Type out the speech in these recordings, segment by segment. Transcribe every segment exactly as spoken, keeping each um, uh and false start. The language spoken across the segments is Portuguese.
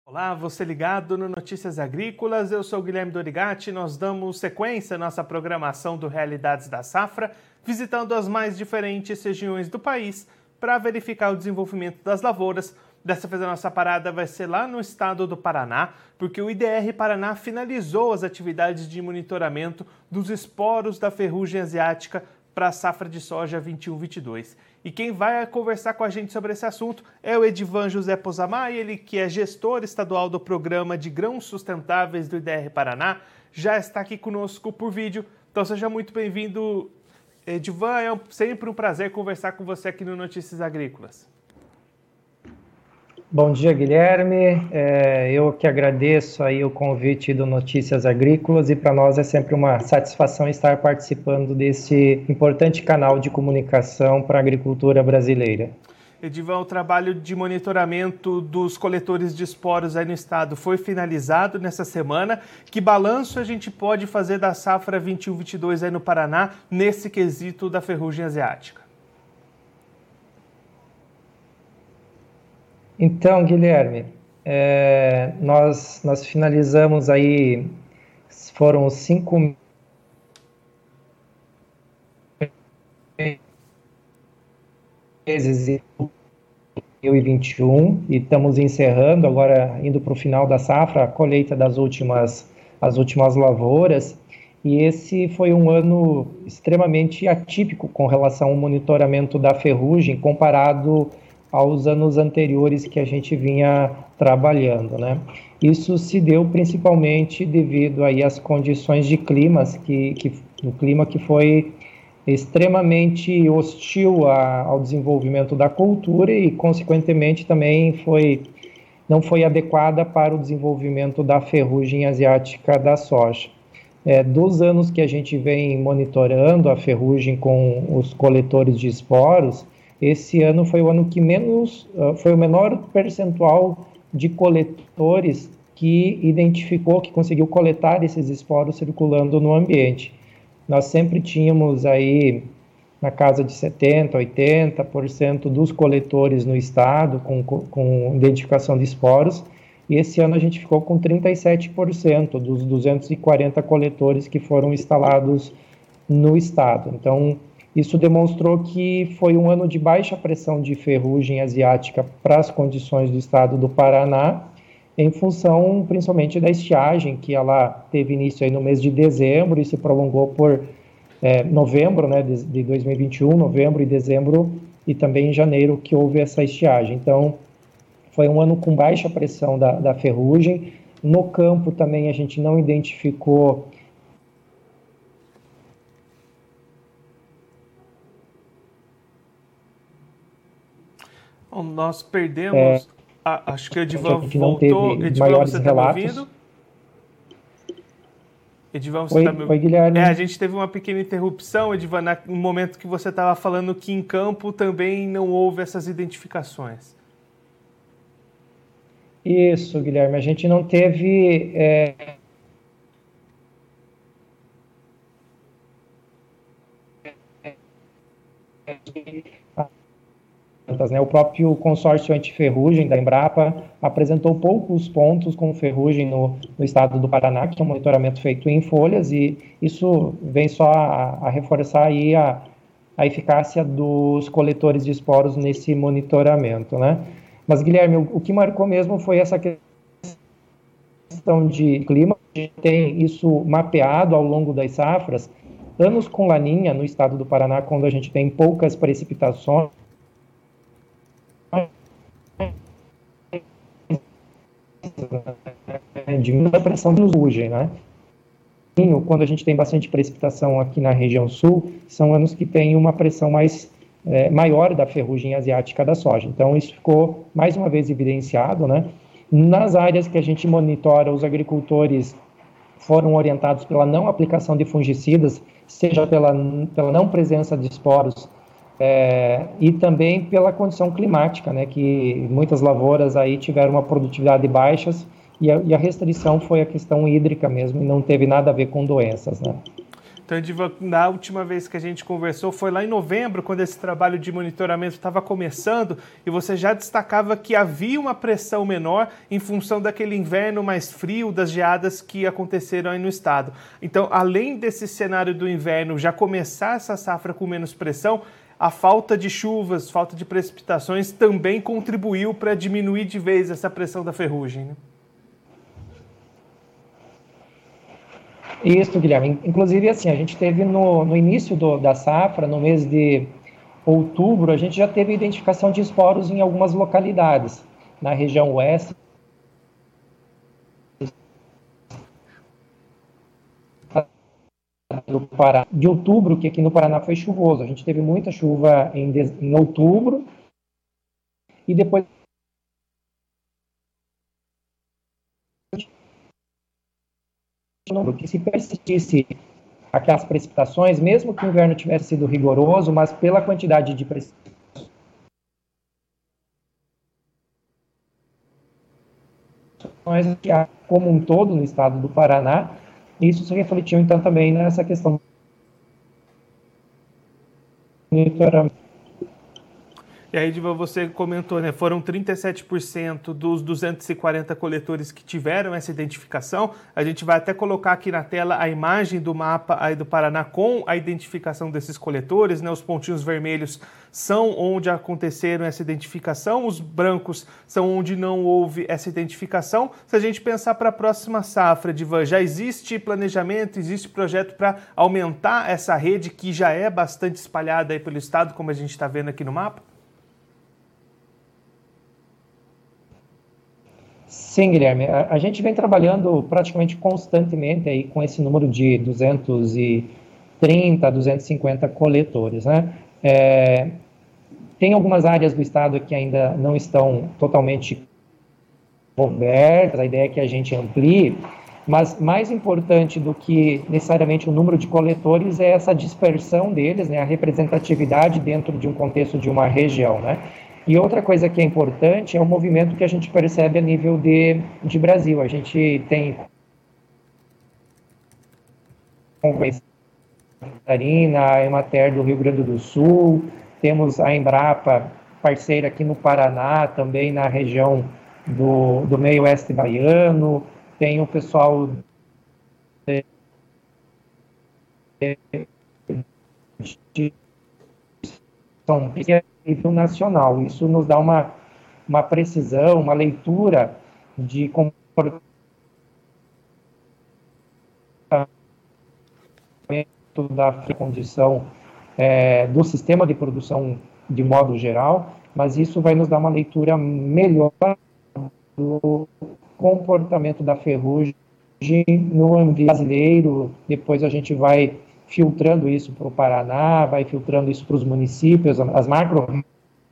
Olá, você ligado no Notícias Agrícolas, eu sou o Guilherme Dorigatti. Nós damos sequência à nossa programação do Realidades da Safra, visitando as mais diferentes regiões do país para verificar o desenvolvimento das lavouras. Dessa vez a nossa parada vai ser lá no estado do Paraná, porque o I D R Paraná finalizou as atividades de monitoramento dos esporos da ferrugem asiática para a safra de soja vinte e um vinte e dois. E quem vai conversar com a gente sobre esse assunto é o Edivan José Posamay, ele que é gestor estadual do Programa de Grãos Sustentáveis do I D R Paraná, já está aqui conosco por vídeo. Então seja muito bem-vindo, Edivan, é sempre um prazer conversar com você aqui no Notícias Agrícolas. Bom dia, Guilherme. É, eu que agradeço aí o convite do Notícias Agrícolas e para nós é sempre uma satisfação estar participando desse importante canal de comunicação para a agricultura brasileira. Edivan, o trabalho de monitoramento dos coletores de esporos aí no estado foi finalizado nessa semana. Que balanço a gente pode fazer da safra vinte e um vinte e dois aí no Paraná nesse quesito da ferrugem asiática? Então, Guilherme, é, nós, nós finalizamos aí, foram cinco meses em dois mil e vinte e um e estamos encerrando, agora indo para o final da safra, a colheita das últimas, as últimas lavouras. E esse foi um ano extremamente atípico com relação ao monitoramento da ferrugem, comparado aos anos anteriores que a gente vinha trabalhando, né? Isso se deu principalmente devido aí às condições de climas, que, que, o clima que foi extremamente hostil a, ao desenvolvimento da cultura e, consequentemente, também foi, não foi adequada para o desenvolvimento da ferrugem asiática da soja. É, dos anos que a gente vem monitorando a ferrugem com os coletores de esporos, esse ano foi o ano que menos, foi o menor percentual de coletores que identificou, que conseguiu coletar esses esporos circulando no ambiente. Nós sempre tínhamos aí na casa de setenta por cento, oitenta por cento dos coletores no estado com, com identificação de esporos, e esse ano a gente ficou com trinta e sete por cento dos duzentos e quarenta coletores que foram instalados no estado. Então, isso demonstrou que foi um ano de baixa pressão de ferrugem asiática para as condições do estado do Paraná, em função principalmente da estiagem, que ela teve início aí no mês de dezembro e se prolongou por é, novembro, né, de, de dois mil e vinte e um, novembro e dezembro, e também em janeiro que houve essa estiagem. Então, foi um ano com baixa pressão da, da ferrugem. No campo também a gente não identificou Bom, nós perdemos, é, ah, acho que o Edivan voltou. Edivan, você está me ouvindo? Edivan, você está me ouvindo? Oi, Guilherme. É, a gente teve uma pequena interrupção, Edivan, no momento que você estava falando que em campo também não houve essas identificações. Isso, Guilherme, a gente não teve... É... Né? O próprio consórcio antiferrugem da Embrapa apresentou poucos pontos com ferrugem no, no estado do Paraná, que é um monitoramento feito em folhas, e isso vem só a, a reforçar aí a, a eficácia dos coletores de esporos nesse monitoramento, né? Mas, Guilherme, o, o que marcou mesmo foi essa questão de clima. A gente tem isso mapeado ao longo das safras. Anos com laninha no estado do Paraná, quando a gente tem poucas precipitações, diminui a pressão de ferrugem, né? Quando a gente tem bastante precipitação aqui na região sul, são anos que tem uma pressão mais é, maior da ferrugem asiática da soja. Então, isso ficou mais uma vez evidenciado, né? Nas áreas que a gente monitora, os agricultores foram orientados pela não aplicação de fungicidas, seja pela, pela não presença de esporos, É, e também pela condição climática, né, que muitas lavouras aí tiveram uma produtividade baixas e a, e a restrição foi a questão hídrica mesmo, e não teve nada a ver com doenças, né. Então, Edivan, na última vez que a gente conversou foi lá em novembro, quando esse trabalho de monitoramento estava começando, e você já destacava que havia uma pressão menor em função daquele inverno mais frio, das geadas que aconteceram aí no estado. Então, além desse cenário do inverno já começar essa safra com menos pressão, a falta de chuvas, falta de precipitações também contribuiu para diminuir de vez essa pressão da ferrugem, né? Isso, Guilherme. Inclusive, assim, a gente teve no, no início do, da safra, no mês de outubro, a gente já teve identificação de esporos em algumas localidades, na região oeste do Pará. De outubro, que aqui no Paraná foi chuvoso. A gente teve muita chuva em, em outubro, e depois que se persistisse aquelas precipitações, mesmo que o inverno tivesse sido rigoroso, mas pela quantidade de precipitações que há como um todo no estado do Paraná, isso se refletiu então também nessa questão do monitoramento. E aí, Edivan, você comentou, né? Foram trinta e sete por cento dos duzentos e quarenta coletores que tiveram essa identificação. A gente vai até colocar aqui na tela a imagem do mapa aí do Paraná com a identificação desses coletores, né? Os pontinhos vermelhos são onde aconteceram essa identificação, os brancos são onde não houve essa identificação. Se a gente pensar para a próxima safra, Edivan, já existe planejamento, existe projeto para aumentar essa rede que já é bastante espalhada aí pelo estado, como a gente está vendo aqui no mapa? Sim, Guilherme, a, a gente vem trabalhando praticamente constantemente aí com esse número de duzentos e trinta, duzentos e cinquenta coletores, né? É, tem algumas áreas do estado que ainda não estão totalmente cobertas, a ideia é que a gente amplie, mas mais importante do que necessariamente o número de coletores é essa dispersão deles, né? A representatividade dentro de um contexto de uma região, né? E outra coisa que é importante é o movimento que a gente percebe a nível de, de Brasil. A gente tem a Catarina, a Emater do Rio Grande do Sul, temos a Embrapa, parceira aqui no Paraná, também na região do, do meio oeste baiano, tem o pessoal de, de São nível nacional. Isso nos dá uma, uma precisão, uma leitura de comportamento da condição é, do sistema de produção de modo geral, mas isso vai nos dar uma leitura melhor do comportamento da ferrugem no ambiente brasileiro. Depois a gente vai filtrando isso para o Paraná, vai filtrando isso para os municípios, as macro-regiões.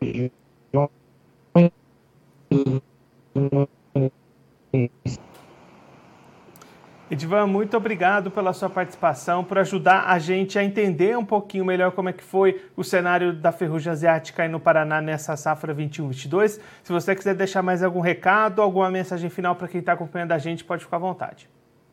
Edivan, muito obrigado pela sua participação, por ajudar a gente a entender um pouquinho melhor como é que foi o cenário da ferrugem asiática aí no Paraná nessa safra vinte e um vinte e dois. Se você quiser deixar mais algum recado, alguma mensagem final para quem está acompanhando a gente, pode ficar à vontade.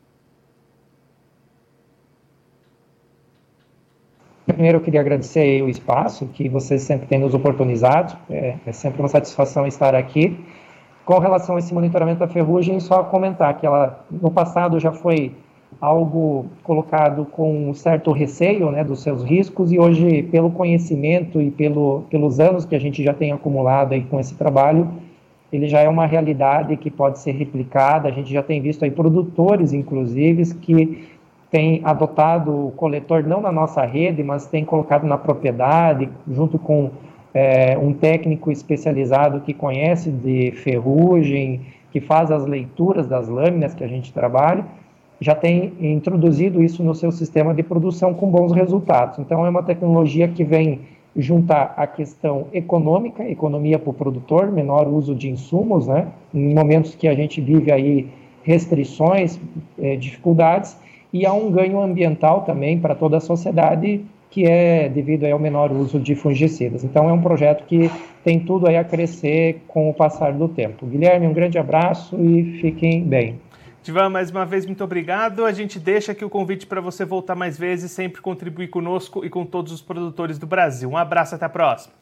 Primeiro, eu queria agradecer o espaço que vocês sempre têm nos oportunizado. É, é sempre uma satisfação estar aqui. Com relação a esse monitoramento da ferrugem, só comentar que ela, no passado, já foi algo colocado com um certo receio, né, dos seus riscos, e hoje, pelo conhecimento e pelo, pelos anos que a gente já tem acumulado aí com esse trabalho, ele já é uma realidade que pode ser replicada. A gente já tem visto aí produtores, inclusive, que tem adotado o coletor não na nossa rede, mas tem colocado na propriedade, junto com é, um técnico especializado que conhece de ferrugem, que faz as leituras das lâminas que a gente trabalha, já tem introduzido isso no seu sistema de produção com bons resultados. Então, é uma tecnologia que vem juntar a questão econômica, economia para o produtor, menor uso de insumos, né, em momentos que a gente vive aí restrições, é, dificuldades, e há um ganho ambiental também para toda a sociedade, que é devido aí ao menor uso de fungicidas. Então, é um projeto que tem tudo aí a crescer com o passar do tempo. Guilherme, um grande abraço e fiquem bem. Edivan, mais uma vez, muito obrigado. A gente deixa aqui o convite para você voltar mais vezes, sempre contribuir conosco e com todos os produtores do Brasil. Um abraço, até a próxima.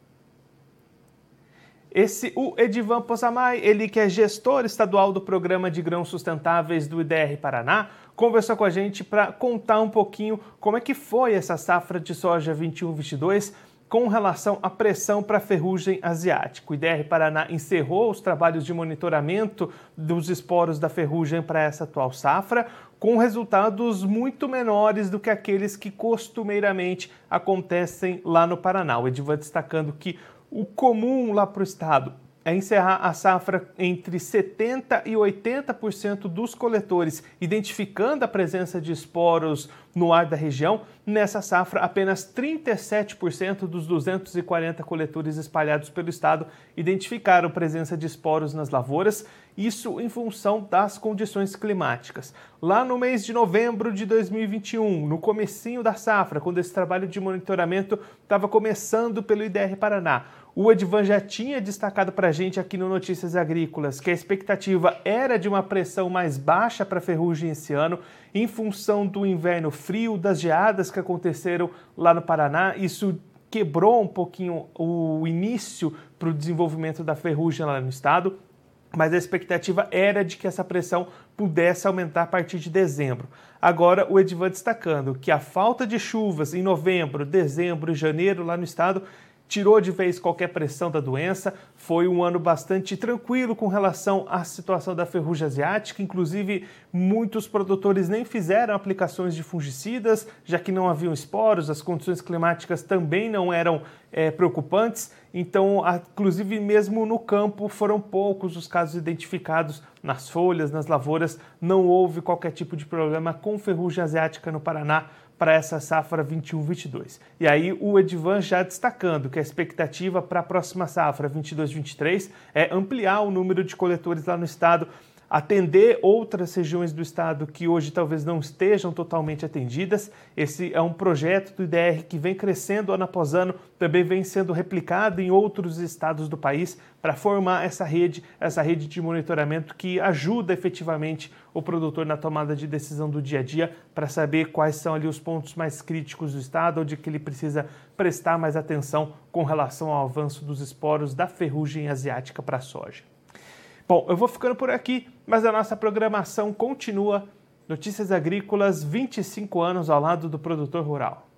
Esse, o Edivan Poçamay, ele que é gestor estadual do Programa de Grãos Sustentáveis do I D R Paraná, conversou com a gente para contar um pouquinho como é que foi essa safra de soja vinte e um vinte e dois com relação à pressão para a ferrugem asiática. O I D R Paraná encerrou os trabalhos de monitoramento dos esporos da ferrugem para essa atual safra, com resultados muito menores do que aqueles que costumeiramente acontecem lá no Paraná. O Edivan destacando que o comum lá para o estado é encerrar a safra entre setenta por cento e oitenta por cento dos coletores, identificando a presença de esporos no ar da região. Nessa safra, apenas trinta e sete por cento dos duzentos e quarenta coletores espalhados pelo estado identificaram presença de esporos nas lavouras, isso em função das condições climáticas. Lá no mês de novembro de dois mil e vinte e um, no comecinho da safra, quando esse trabalho de monitoramento estava começando pelo I D R Paraná, o Edivan já tinha destacado para a gente aqui no Notícias Agrícolas que a expectativa era de uma pressão mais baixa para a ferrugem esse ano, em função do inverno frio, das geadas que aconteceram lá no Paraná. Isso quebrou um pouquinho o início para o desenvolvimento da ferrugem lá no estado, mas a expectativa era de que essa pressão pudesse aumentar a partir de dezembro. Agora, o Edivan destacando que a falta de chuvas em novembro, dezembro e janeiro lá no estado tirou de vez qualquer pressão da doença. Foi um ano bastante tranquilo com relação à situação da ferrugem asiática. Inclusive, muitos produtores nem fizeram aplicações de fungicidas, já que não haviam esporos, as condições climáticas também não eram é, preocupantes. Então, inclusive, mesmo no campo, foram poucos os casos identificados nas folhas, nas lavouras. Não houve qualquer tipo de problema com ferrugem asiática no Paraná para essa safra vinte e um vinte e dois. E aí o Edivan já destacando que a expectativa para a próxima safra vinte e dois vinte e três é ampliar o número de coletores lá no estado, atender outras regiões do estado que hoje talvez não estejam totalmente atendidas. Esse é um projeto do I D R que vem crescendo ano após ano, também vem sendo replicado em outros estados do país para formar essa rede, essa rede de monitoramento que ajuda efetivamente o produtor na tomada de decisão do dia a dia para saber quais são ali os pontos mais críticos do estado, onde que ele precisa prestar mais atenção com relação ao avanço dos esporos da ferrugem asiática para a soja. Bom, eu vou ficando por aqui, mas a nossa programação continua. Notícias Agrícolas, vinte e cinco anos ao lado do produtor rural.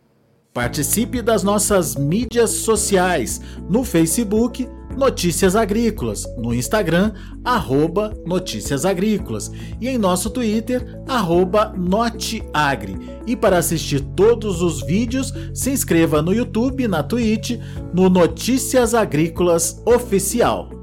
Participe das nossas mídias sociais, no Facebook, Notícias Agrícolas, no Instagram, arroba Notícias Agrícolas e em nosso Twitter, arroba Noteagri. E para assistir todos os vídeos, se inscreva no YouTube, na Twitch, no Notícias Agrícolas Oficial.